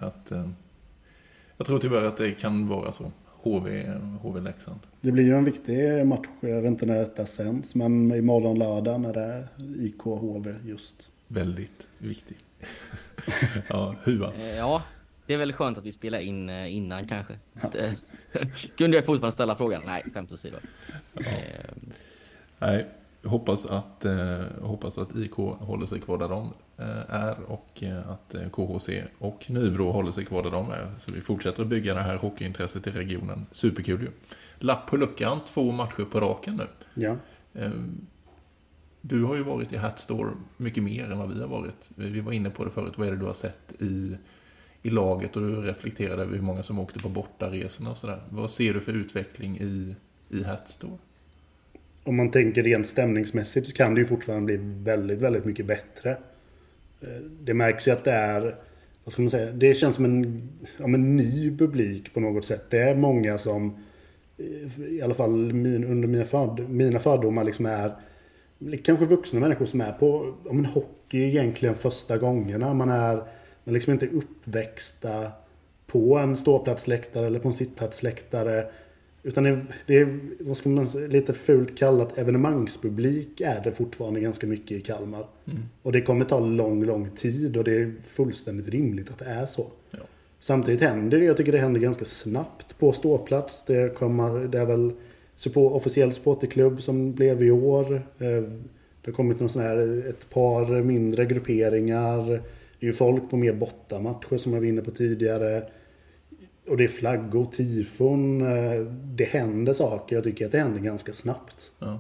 tyvärr att det kan vara så. HV Leksand. Det blir ju en viktig match. Jag vet inte när detta sänds, men imorgon lördag när det är IK HV just. Väldigt viktig. Ja, Hua. Ja, det är väl skönt att vi spelar in innan kanske. Kunde jag fortfarande ställa frågan? Nej, skämt åsido. Nej, jag hoppas att IK håller sig kvar där de är och att KHC och Nybro håller sig kvar där de är. Så vi fortsätter att bygga det här hockeyintresset i regionen. Superkul ju. Lapp på luckan, 2 matcher på raken nu. Ja. Du har ju varit i Hatstore mycket mer än vad vi har varit. Vi var inne på det förut. Vad är det du har sett i laget? Och du reflekterade över hur många som åkte på bortaresorna och sådär. Vad ser du för utveckling i Hatstore? Om man tänker rent stämningsmässigt så kan det ju fortfarande bli väldigt, väldigt mycket bättre. Det märks ju att det är, vad ska man säga, det känns som en ny publik på något sätt. Det är många som, i alla fall under mina fördomar liksom är kanske vuxna människor som är på hockey egentligen första gångerna. Man är liksom inte uppväxta på en ståplatsläktare eller på en sittplatsläktare. Utan det är vad ska man säga, lite fult kallat evenemangspublik är det fortfarande ganska mycket i Kalmar. Och det kommer ta lång tid och det är fullständigt rimligt att det är så. Ja. Samtidigt jag tycker det händer ganska snabbt på ståplats. Det är väl officiell supporterklubb som blev i år. Det har kommit ett par mindre grupperingar. Det är ju folk på mer bortamatcher som jag var inne på tidigare. Och det är flaggor, tifon. Det händer saker. Jag tycker att det händer ganska snabbt. Ja.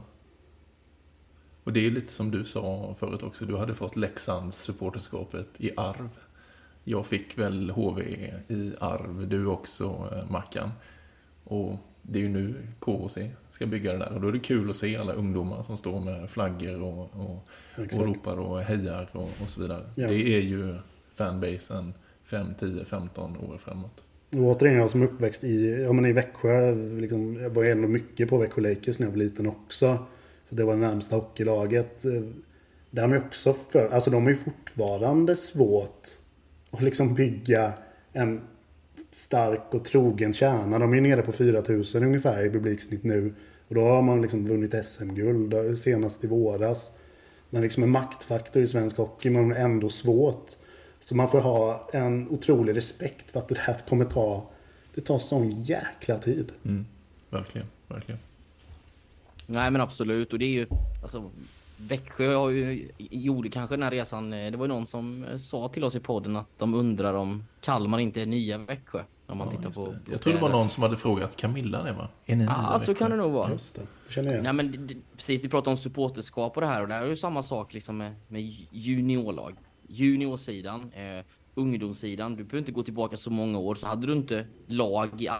Och det är lite som du sa förut också. Du hade fått Leksands supporterskapet i arv. Jag fick väl HV i arv. Du också, Mackan. Och det är ju nu KHC ska bygga det där. Och då är det kul att se alla ungdomar som står med flaggor och ropar och hejar och så vidare. Ja. Det är ju fanbasen 5, 10, 15 år framåt. Och återigen, jag som uppväxt i Växjö, liksom, jag var ändå mycket på Växjö Lakers när jag var liten också. För det var det närmsta hockeylaget. Där är också alltså de är ju fortfarande svårt att liksom bygga en stark och trogen kärna. De är ju nere på 4000 ungefär i publiksnitt nu. Och då har man liksom vunnit SM-guld senast i våras. Men liksom en maktfaktor i svensk hockey, men ändå svårt. Så man får ha en otrolig respekt för att det här kommer det tar sån jäkla tid. Verkligen. Nej men absolut, och det är ju alltså Växjö gjorde kanske den här resan. Det var ju någon som sa till oss i podden att de undrar om Kalmar inte är nya Växjö. Om man tittar på jag tror det var någon som hade frågat Camilla det, va? Är ni nya Växjö? Så kan det nog vara. Just det. Känner jag. Nej men precis, vi pratar om supporterskap och det här. Och det här är ju samma sak liksom med juniorlag. Juniorsidan, ungdomssidan. Du behöver inte gå tillbaka så många år, så hade du inte lag i.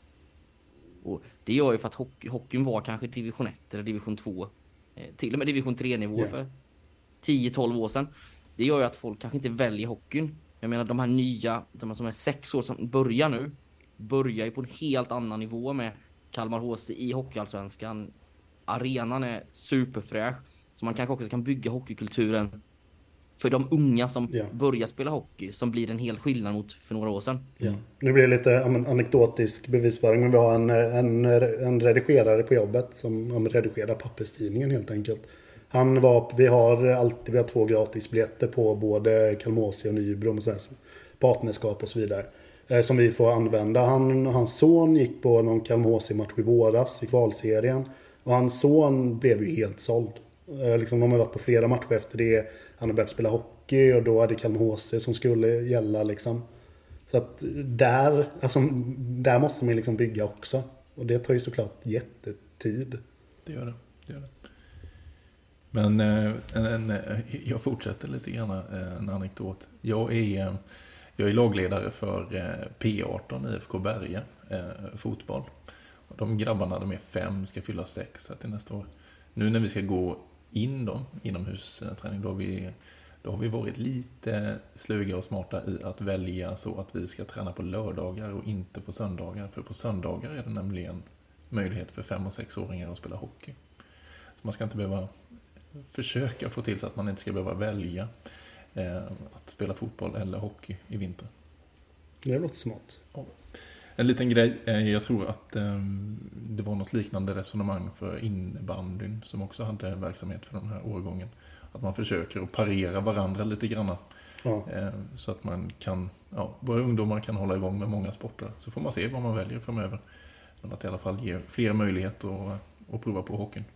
Och det gör ju för att hockeyn var kanske division 1 eller division 2. Till och med division 3-nivå för 10-12 år sedan. Det gör ju att folk kanske inte väljer hockeyn. Jag menar de här nya, de som är 6 år som börjar ju på en helt annan nivå med Kalmar HC i hockeyallsvenskan. Arenan är superfräsch. Så man kanske också kan bygga hockeykulturen för de unga som börjar spela hockey, som blir en helt skillnad mot för några år sedan. Nu blir det lite anekdotisk bevisföring, men vi har en redigerare på jobbet som redigerar papperstidningen helt enkelt. Vi har 2 gratisbiljetter på både Kalmåsi och Nybro med partnerskap och så vidare. Som vi får använda. Han och hans son gick på någon Kalmåsi-match i våras i kvalserien. Och hans son blev ju helt såld. Liksom, de har varit på flera matcher efter det. Han har börjat spela hockey och då är det Kalmar HC som skulle gälla liksom. Så att där måste man liksom bygga också. Och det tar ju såklart jättetid. Det gör det. Men jag fortsätter lite grann en anekdot. Jag Jag är lagledare för P18 IFK Berga fotboll. Och de grabbarna, de är 5, ska fylla 6 här till nästa år. Nu när vi ska gå in då, inomhusträning, då har vi varit lite sluga och smarta i att välja så att vi ska träna på lördagar och inte på söndagar. För på söndagar är det nämligen möjlighet för 5- och 6-åringar att spela hockey. Så man ska inte behöva försöka få till så att man inte ska behöva välja att spela fotboll eller hockey i vinter. Det låter smart. Ja. En liten grej, jag tror att det var något liknande resonemang för innebandyn som också hade verksamhet för den här årgången. Att man försöker att parera varandra lite grann. Ja. Så att man kan, våra ungdomar kan hålla igång med många sporter. Så får man se vad man väljer framöver. Men att i alla fall ge fler möjligheter att prova på hockeyn.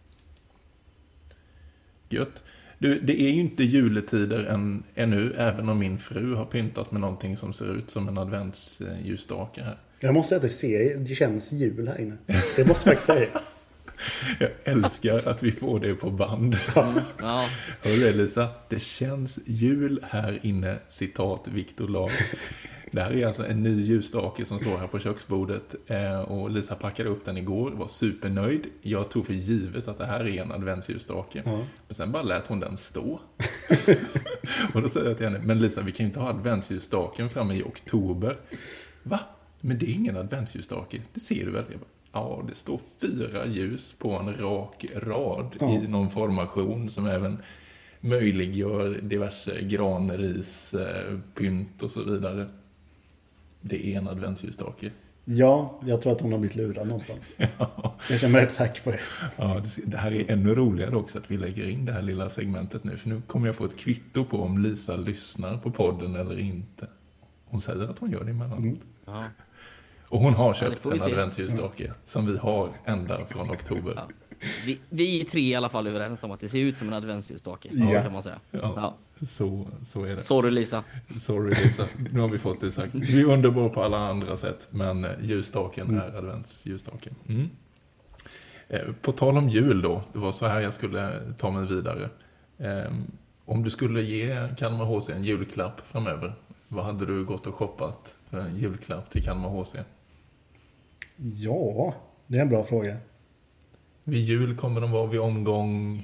Gött. Du, det är ju inte juletider ännu, även om min fru har pyntat med någonting som ser ut som en adventsljusstake här. Jag måste säga att det känns jul här inne. Det måste jag faktiskt säga. Jag älskar att vi får det på band. Ja. Hör du Lisa? Det känns jul här inne, citat Viktor Lag. Det här är alltså en ny ljusstake som står här på köksbordet. Och Lisa packade upp den igår, var supernöjd. Jag tog för givet att det här är en adventsljusstake. Ja. Men sen bara lät hon den stå. Och då säger jag till henne, men Lisa, vi kan inte ha adventsljusstaken framme i oktober. Va? Men det är ingen adventsljusstake, det ser du väl? Ja, det står 4 ljus på en rak rad i någon formation som även möjliggör diverse granris, pynt och så vidare. Det är en adventsljusstake. Ja, jag tror att hon har blivit lurad någonstans. Ja. Jag känner mig rätt säker på det. Ja, det här är ännu roligare också att vi lägger in det här lilla segmentet nu. För nu kommer jag få ett kvitto på om Lisa lyssnar på podden eller inte. Hon säger att hon gör det emellanåt. Ja. Och hon har köpt en adventsljusstake som vi har ända från oktober. Ja. Vi är 3 i alla fall överens om att det ser ut som en adventsljusstake. Ja. Kan man säga. Ja. Så är det. Sorry Lisa. Nu har vi fått det sagt. Vi är underbara på alla andra sätt, men ljusstaken är adventsljusstaken. På tal om jul då, det var så här jag skulle ta mig vidare. Om du skulle ge Kalmar HC en julklapp framöver, vad hade du gått och shoppat för en julklapp till Kalmar HC? Ja, det är en bra fråga. Vid jul kommer de vara vid omgång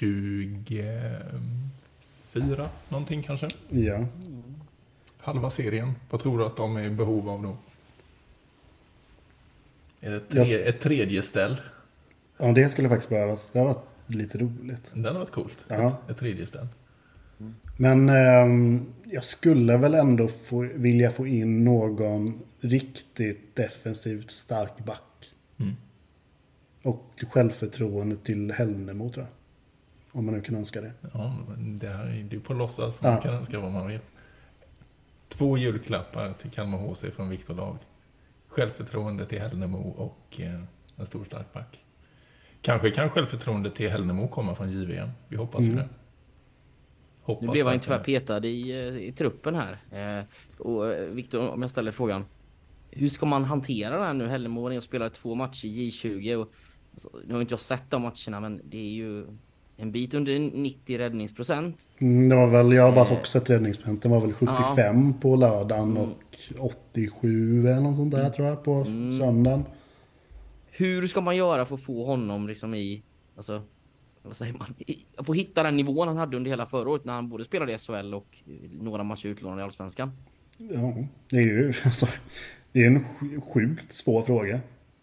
24, någonting kanske? Ja. Halva serien. Vad tror du att de är i behov av då? Är det ett tredje ställ? Ja, det skulle faktiskt behövas. Det har varit lite roligt. Den har varit coolt. Ja. Ett tredje ställ. Men jag skulle väl ändå vilja få in någon riktigt defensivt stark back. Och självförtroende till Hällnemo, tror jag. Om man nu kan önska det. Ja, det här är ju på låtsas. Man kan önska vad man vill. 2 julklappar till Kalmar HC från Viktor Lag. Självförtroende till Hällnemo och en stor stark back. Kanske kan självförtroende till Hällnemo komma från JVM. Vi hoppas ju det. Nu blev han tyvärr petad i truppen här. Och Viktor, om jag ställer frågan. Hur ska man hantera det här nu? Hällnemo och spelar 2 matcher i J20. Och, alltså, nu har inte jag sett de matcherna, men det är ju en bit under 90 räddningsprocent. Det var väl, jag har bara också sett räddningsprocent. Det var väl 75 på lördagen och 87 eller något sånt där tror jag på söndagen. Hur ska man göra för att få honom liksom i, alltså, vad säger man, att få hitta den nivån han hade under hela förra året när han både spelade i SHL och några matcher utlånade i Allsvenskan? Ja, det är ju alltså, det är en sjukt svår fråga.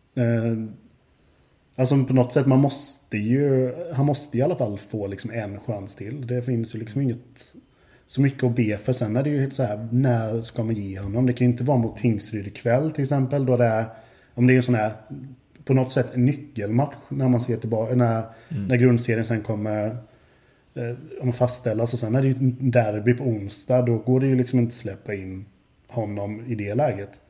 Alltså på något sätt han måste i alla fall få liksom en chans till. Det finns ju liksom inget så mycket att be för. Sen är det ju helt så här, när ska man ge honom? Det kan ju inte vara mot Tingsryd ikväll till exempel, då det är, om det är en sån här på något sätt en nyckelmatch när man ser tillbaka när grundserien sen kommer fastställas, och sen är det ju en derby på onsdag, då går det ju liksom inte släppa in honom i det läget.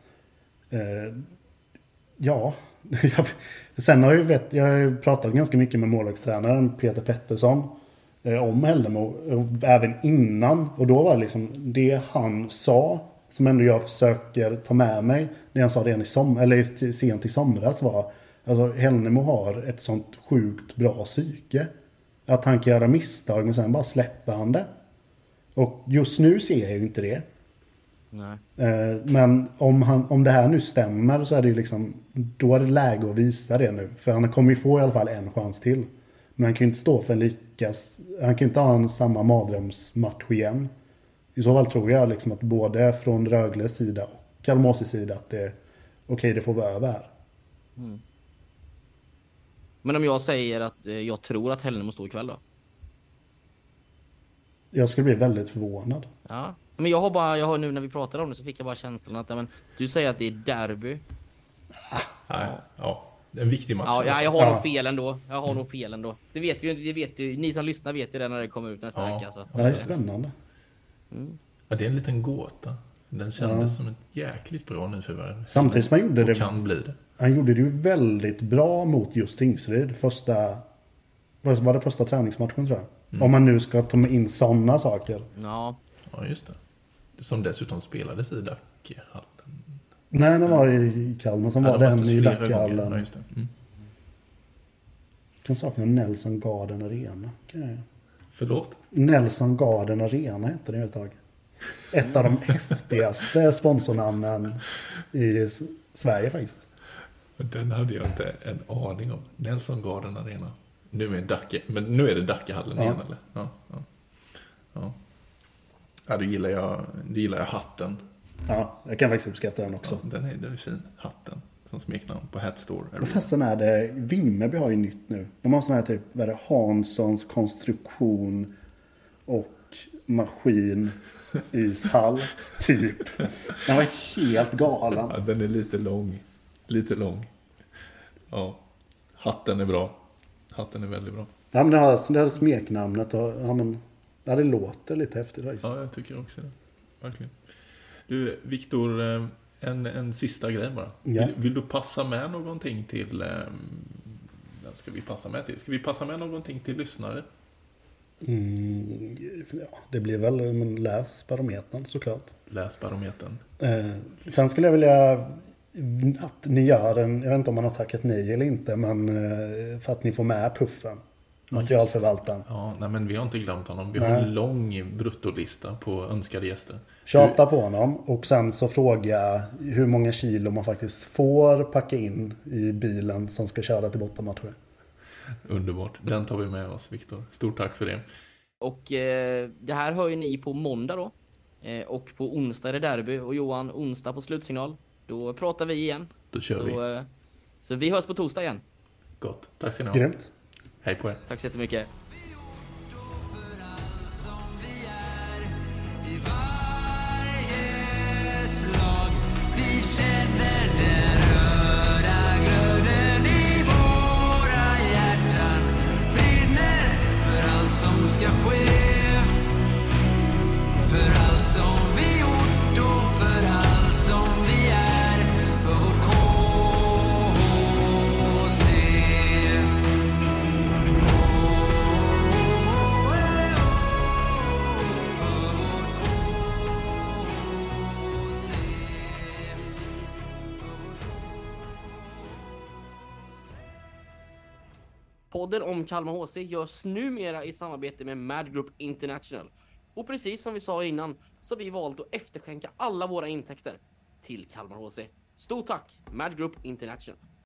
Sen har jag har pratat ganska mycket med målvaktstränaren Peter Pettersson om Hällnemo, även innan, och då var det liksom det han sa som ändå jag försöker ta med mig, det han sa redan sent i somras var, alltså Hällnemo har ett sånt sjukt bra psyke att han kan göra misstag men sen bara släpper han det. Och just nu ser jag ju inte det. Nej. Men om det här nu stämmer så är det ju liksom, då är det läge att visa det nu. För han kommer ju få i alla fall en chans till. Men han kan ju inte stå för han kan ju inte ha en samma mardrömsmatch igen. I så fall tror jag liksom att både från Rögles sida och Kalmåses sida att det det får vara över här. Men om jag säger att jag tror att Hällnäs står ikväll då? Jag skulle bli väldigt förvånad. Ja. Men jag har nu när vi pratade om det så fick jag bara känslan att men, du säger att det är derby. Nej, ja. Det är en viktig match. Ja, jag har nog fel ändå. Det vet ju. Ni som lyssnar vet ju det när det kommer ut nästa vecka. Så. Ja, det är spännande. Ja, det är en liten gåta. Den kändes som ett jäkligt bra nyförvärv. Samtidigt som han gjorde det. Kan bli det. Han gjorde det ju väldigt bra mot just Tingsryd. Var det första träningsmatchen tror jag. Om man nu ska ta in sådana saker. Ja, just det. Som dessutom spelades i Dackehallen. Nej, den var i Kalmar som var den i Dackehallen. Ja, just det. Kan sakna Nelson Garden Arena. Förlåt? Nelson Garden Arena heter det ett tag. Ett av de häftigaste sponsornamnen i Sverige faktiskt. Den hade jag inte en aning om. Nelson Garden Arena. Nu är det Dackehallen igen eller? Ja. Ja, det gillar jag hatten. Ja, jag kan faktiskt uppskatta den också. Ja, den är fin. Hatten. Som smeknamn på Hat Store. Och fastän är det, Vimmerby har ju nytt nu. De har sån här typ, vad är det, Hanssons konstruktion och maskin ishall, typ. Den var helt galen. Ja, den är lite lång. Ja, hatten är bra. Hatten är väldigt bra. Ja, men det har smeknamnet och det låter lite häftigt faktiskt. Ja, jag tycker också det. Verkligen. Du, Viktor, en sista grej bara. Ja. Vill du passa med någonting till... Vad ska vi passa med till? Ska vi passa med någonting till lyssnare? Det blir väl läs barometern såklart. Läs barometern. Sen skulle jag vilja att ni gör jag vet inte om man har tackat nej eller inte, men för att ni får med Puffen. Materialförvaltaren. Ja, nej, men vi har inte glömt honom. Vi har en lång bruttolista på önskade gäster. Tjata på honom och sen så fråga hur många kilo man faktiskt får packa in i bilen som ska köra till bortamatcher. Underbart. Den tar vi med oss, Viktor. Stort tack för det. och det här hör ju ni på måndag då. Och på onsdag är det derby. Och Johan, onsdag på slutsignal. Då pratar vi igen. Då kör vi. Så vi hörs på torsdag igen. Gott. Tack ska ni ha. Grymt. Hej på er. Tack så jättemycket. För allt som vi är i varje slag. Vi känner den röda glöden i våra hjärtan. Brinner för allt som ska ske. För allt som vi gjort och för allt som vi är. För vårt KC. Podden om Kalmar HC görs numera i samarbete med Mad Group International. Och precis som vi sa innan så har vi valt att efterskänka alla våra intäkter till Kalmar HC. Stort tack, Mad Group International!